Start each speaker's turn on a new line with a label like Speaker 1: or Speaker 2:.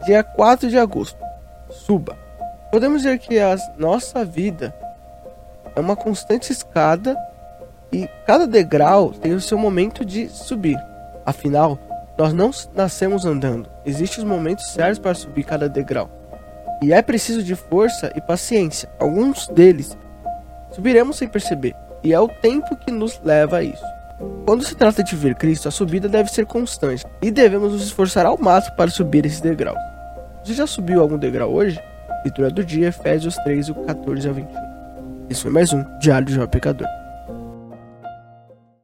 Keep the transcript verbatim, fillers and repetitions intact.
Speaker 1: dia quatro de agosto. Suba. Podemos dizer que a nossa vida é uma constante escada e cada degrau tem o seu momento de subir. Afinal, nós não nascemos andando. Existem os momentos certos para subir cada degrau. E é preciso de força e paciência. Alguns deles subiremos sem perceber. E é o tempo que nos leva a isso. Quando se trata de ver Cristo, a subida deve ser constante. E devemos nos esforçar ao máximo para subir esses degraus. Você já subiu algum degrau hoje? Leitura do dia, Efésios três, quatorze ao vinte e um. Esse foi mais um Diário de Jovem Pecador.